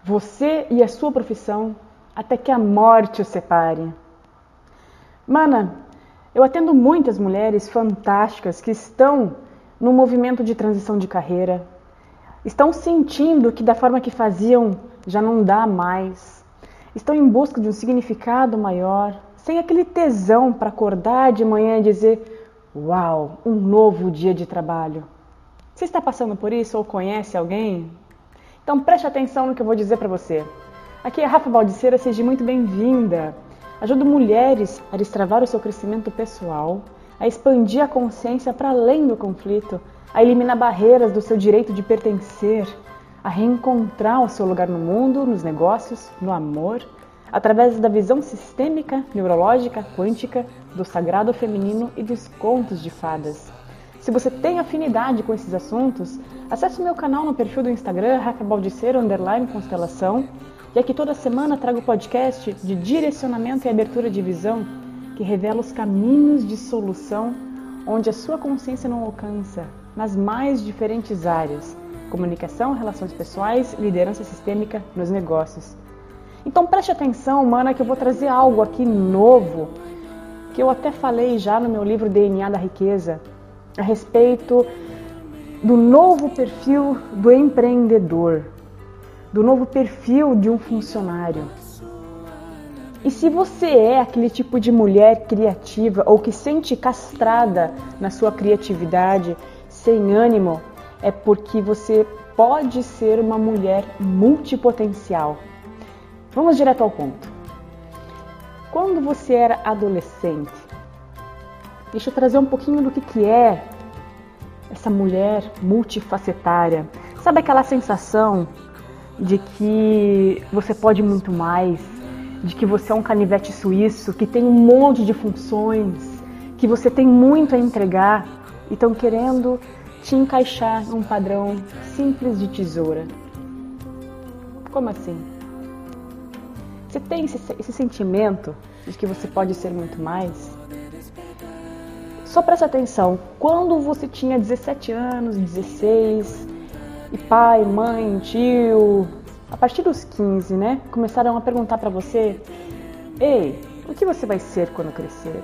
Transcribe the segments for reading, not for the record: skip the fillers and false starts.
você e a sua profissão até que a morte os separe. Mana, eu atendo muitas mulheres fantásticas que estão no movimento de transição de carreira, estão sentindo que da forma que faziam já não dá mais, estão em busca de um significado maior, sem aquele tesão para acordar de manhã e dizer: uau, um novo dia de trabalho. Você está passando por isso ou conhece alguém? Então preste atenção no que eu vou dizer para você. Aqui é Rafa Baldiceira, seja muito bem-vinda. Ajudo mulheres a destravar o seu crescimento pessoal, a expandir a consciência para além do conflito, a eliminar barreiras do seu direito de pertencer, a reencontrar o seu lugar no mundo, nos negócios, no amor, através da visão sistêmica, neurológica, quântica, do sagrado feminino e dos contos de fadas. Se você tem afinidade com esses assuntos, acesse o meu canal no perfil do Instagram, rafabaldiceira_constelação, e aqui toda semana trago podcast de direcionamento e abertura de visão que revela os caminhos de solução onde a sua consciência não alcança, nas mais diferentes áreas: comunicação, relações pessoais, liderança sistêmica, nos negócios. Então preste atenção, mana, que eu vou trazer algo aqui novo, que eu até falei já no meu livro DNA da Riqueza, a respeito do novo perfil do empreendedor, do novo perfil de um funcionário. E se você é aquele tipo de mulher criativa ou que sente castrada na sua criatividade, sem ânimo, é porque você pode ser uma mulher multipotencial. Vamos direto ao ponto. Quando você era adolescente, deixa eu trazer um pouquinho do que é essa mulher multifacetária. Sabe aquela sensação de que você pode muito mais, de que você é um canivete suíço, que tem um monte de funções, que você tem muito a entregar e estão querendo te encaixar num padrão simples de tesoura? Como assim? Você tem esse sentimento de que você pode ser muito mais? Só presta atenção, quando você tinha 17 anos, 16, e pai, mãe, tio, a partir dos 15, né, começaram a perguntar pra você: ei, o que você vai ser quando crescer?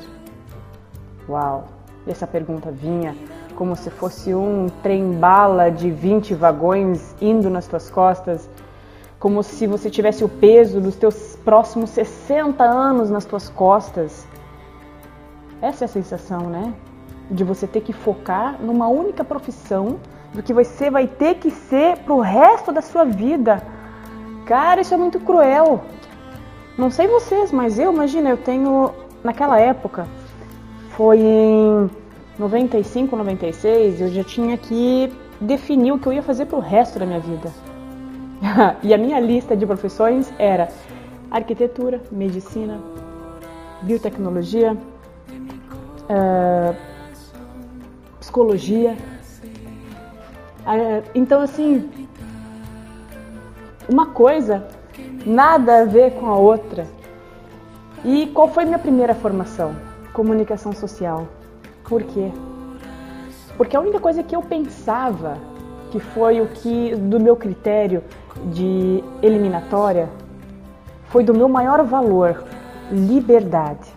Uau! E essa pergunta vinha como se fosse um trem-bala de 20 vagões indo nas tuas costas, como se você tivesse o peso dos teus próximos 60 anos nas tuas costas. Essa é a sensação, né? De você ter que focar numa única profissão, do que você vai ter que ser pro resto da sua vida. Cara, isso é muito cruel. Não sei vocês, mas imagina, eu tenho, naquela época, foi em 95, 96, eu já tinha que definir o que eu ia fazer pro resto da minha vida. E a minha lista de profissões era arquitetura, medicina, biotecnologia, psicologia. Então, assim, uma coisa nada a ver com a outra. E qual foi minha primeira formação? Comunicação social. Por quê? Porque a única coisa que eu pensava, que foi o que, do meu critério de eliminatória, foi do meu maior valor: liberdade.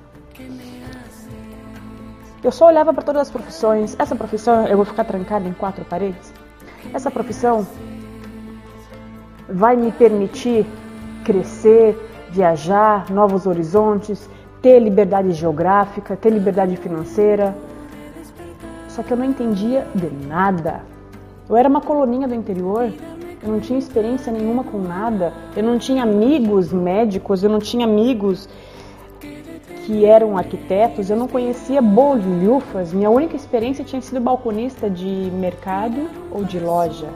Eu só olhava para todas as profissões. Essa profissão eu vou ficar trancada em 4 paredes? Essa profissão vai me permitir crescer, viajar, novos horizontes, ter liberdade geográfica, ter liberdade financeira. Só que eu não entendia de nada. Eu era uma coloninha do interior, eu não tinha experiência nenhuma com nada, eu não tinha amigos médicos, eu não tinha amigos que eram arquitetos, eu não conhecia bolhufas, minha única experiência tinha sido balconista de mercado ou de loja.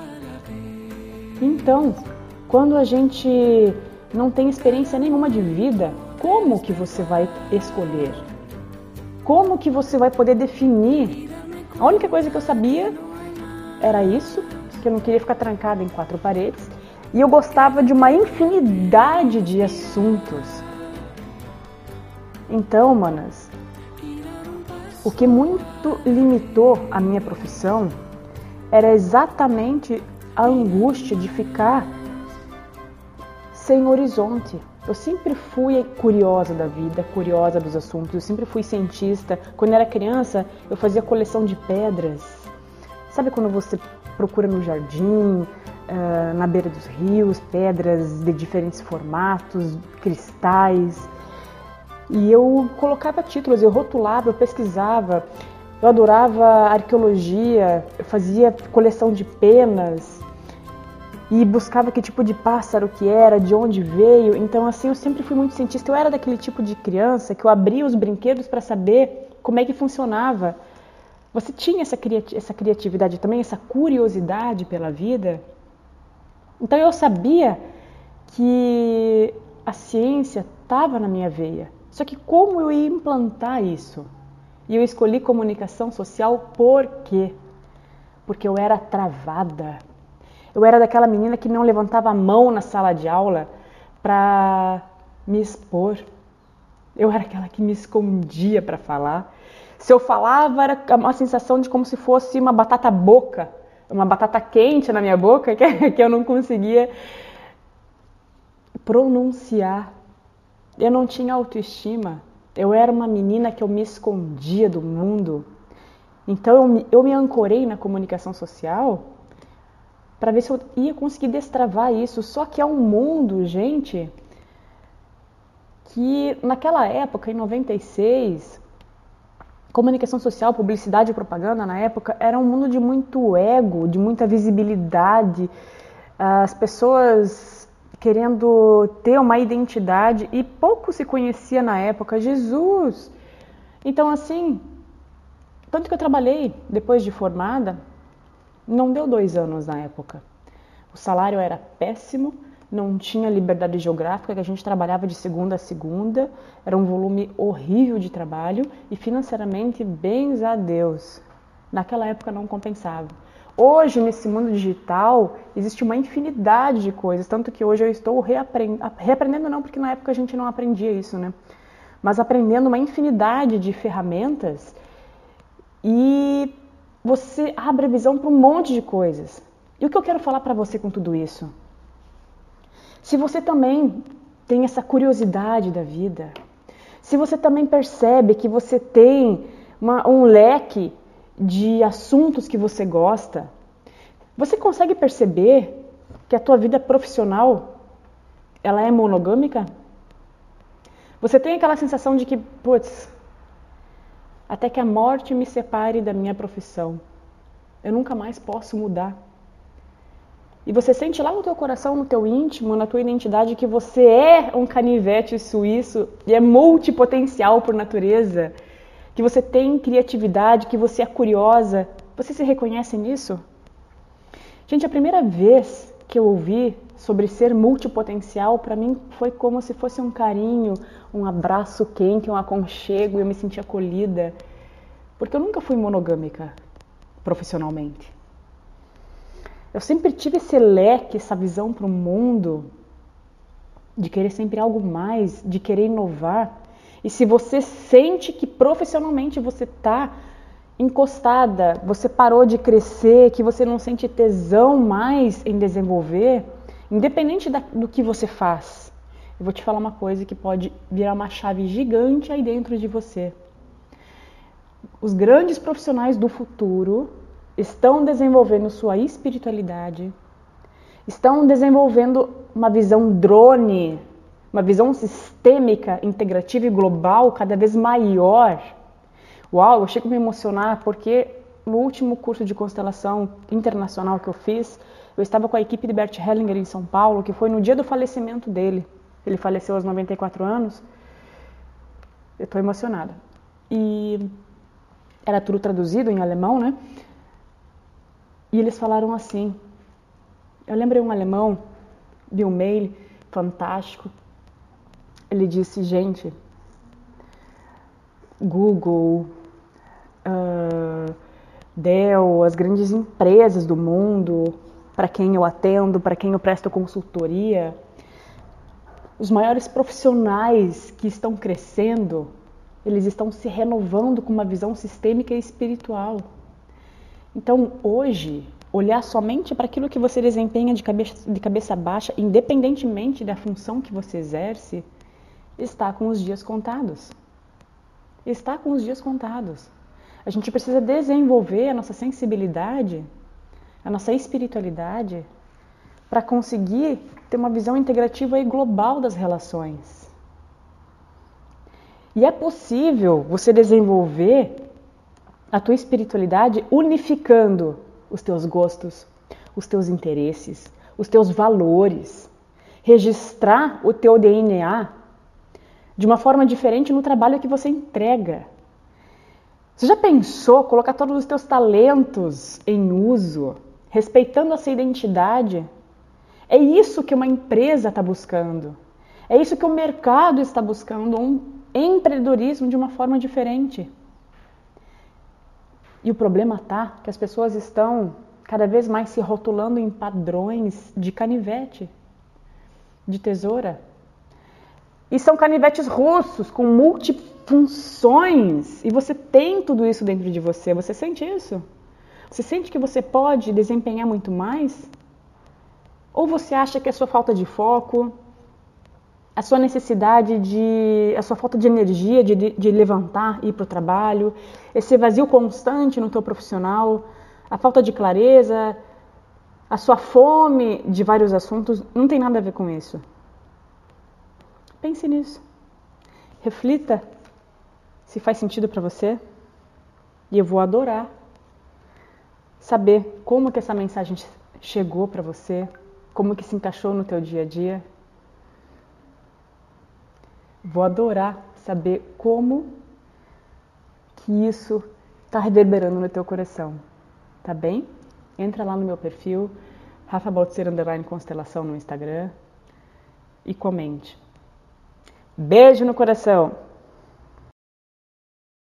Então, quando a gente não tem experiência nenhuma de vida, como que você vai escolher? Como que você vai poder definir? A única coisa que eu sabia era isso, que eu não queria ficar trancada em 4 paredes, e eu gostava de uma infinidade de assuntos. Então, manas, o que muito limitou a minha profissão era exatamente a angústia de ficar sem horizonte. Eu sempre fui curiosa da vida, curiosa dos assuntos, eu sempre fui cientista. Quando eu era criança, eu fazia coleção de pedras. Sabe quando você procura no jardim, na beira dos rios, pedras de diferentes formatos, cristais? E eu colocava títulos, eu rotulava, eu pesquisava. Eu adorava arqueologia, eu fazia coleção de penas e buscava que tipo de pássaro que era, de onde veio. Então, assim, eu sempre fui muito cientista. Eu era daquele tipo de criança que eu abria os brinquedos para saber como é que funcionava. Você tinha essa criatividade também, essa curiosidade pela vida? Então, eu sabia que a ciência estava na minha veia. Só que como eu ia implantar isso? E eu escolhi comunicação social por quê? Porque eu era travada. Eu era daquela menina que não levantava a mão na sala de aula para me expor. Eu era aquela que me escondia para falar. Se eu falava, era uma sensação de como se fosse uma batata boca, uma batata quente na minha boca, que eu não conseguia pronunciar. Eu não tinha autoestima. Eu era uma menina que eu me escondia do mundo. Então eu me ancorei na comunicação social para ver se eu ia conseguir destravar isso. Só que é um mundo, gente, que naquela época, em 96, comunicação social, publicidade e propaganda na época era um mundo de muito ego, de muita visibilidade. As pessoas querendo ter uma identidade e pouco se conhecia na época Jesus. Então, assim, tanto que eu trabalhei depois de formada, não deu 2 anos na época. O salário era péssimo, não tinha liberdade geográfica, que a gente trabalhava de segunda a segunda, era um volume horrível de trabalho e financeiramente, bens a Deus, naquela época não compensava. Hoje, nesse mundo digital, existe uma infinidade de coisas, tanto que hoje eu estou reaprendendo não, porque na época a gente não aprendia isso, né? Mas aprendendo uma infinidade de ferramentas e você abre a visão para um monte de coisas. E o que eu quero falar para você com tudo isso? Se você também tem essa curiosidade da vida, se você também percebe que você tem um leque de assuntos que você gosta, você consegue perceber que a tua vida profissional ela é monogâmica? Você tem aquela sensação de que, putz, até que a morte me separe da minha profissão, eu nunca mais posso mudar. E você sente lá no teu coração, no teu íntimo, na tua identidade que você é um canivete suíço e é multipotencial por natureza, que você tem criatividade, que você é curiosa. Você se reconhece nisso? Gente, a primeira vez que eu ouvi sobre ser multipotencial, para mim foi como se fosse um carinho, um abraço quente, um aconchego, e eu me senti acolhida. Porque eu nunca fui monogâmica profissionalmente. Eu sempre tive esse leque, essa visão para o mundo, de querer sempre algo mais, de querer inovar. E se você sente que profissionalmente você está encostada, você parou de crescer, que você não sente tesão mais em desenvolver, independente do que você faz, eu vou te falar uma coisa que pode virar uma chave gigante aí dentro de você. Os grandes profissionais do futuro estão desenvolvendo sua espiritualidade, estão desenvolvendo uma visão drone, uma visão sistêmica, integrativa e global cada vez maior. Uau, eu chego a me emocionar porque no último curso de constelação internacional que eu fiz, eu estava com a equipe de Bert Hellinger em São Paulo, que foi no dia do falecimento dele. Ele faleceu aos 94 anos. Eu estou emocionada. E era tudo traduzido em alemão, né? E eles falaram assim. Eu lembrei um alemão de um mail fantástico. Ele disse, gente, Google, Dell, as grandes empresas do mundo, para quem eu atendo, para quem eu presto consultoria, os maiores profissionais que estão crescendo, eles estão se renovando com uma visão sistêmica e espiritual. Então, hoje, olhar somente para aquilo que você desempenha de cabeça baixa, independentemente da função que você exerce, está com os dias contados. Está com os dias contados. A gente precisa desenvolver a nossa sensibilidade, a nossa espiritualidade, para conseguir ter uma visão integrativa e global das relações. E é possível você desenvolver a tua espiritualidade unificando os teus gostos, os teus interesses, os teus valores, registrar o teu DNA de uma forma diferente no trabalho que você entrega. Você já pensou colocar todos os teus talentos em uso, respeitando essa identidade? É isso que uma empresa está buscando. É isso que o mercado está buscando, um empreendedorismo de uma forma diferente. E o problema está que as pessoas estão cada vez mais se rotulando em padrões de canivete, de tesoura. E são canivetes russos com multifunções. E você tem tudo isso dentro de você. Você sente isso? Você sente que você pode desempenhar muito mais? Ou você acha que a sua falta de foco, a sua necessidade a sua falta de energia de levantar e ir para o trabalho, esse vazio constante no teu profissional, a falta de clareza, a sua fome de vários assuntos, não tem nada a ver com isso. Pense nisso. Reflita se faz sentido para você. E eu vou adorar saber como que essa mensagem chegou para você, como que se encaixou no teu dia a dia. Vou adorar saber como que isso está reverberando no teu coração, tá bem? Entra lá no meu perfil, rafabaltzer_constelação no Instagram e comente. Beijo no coração!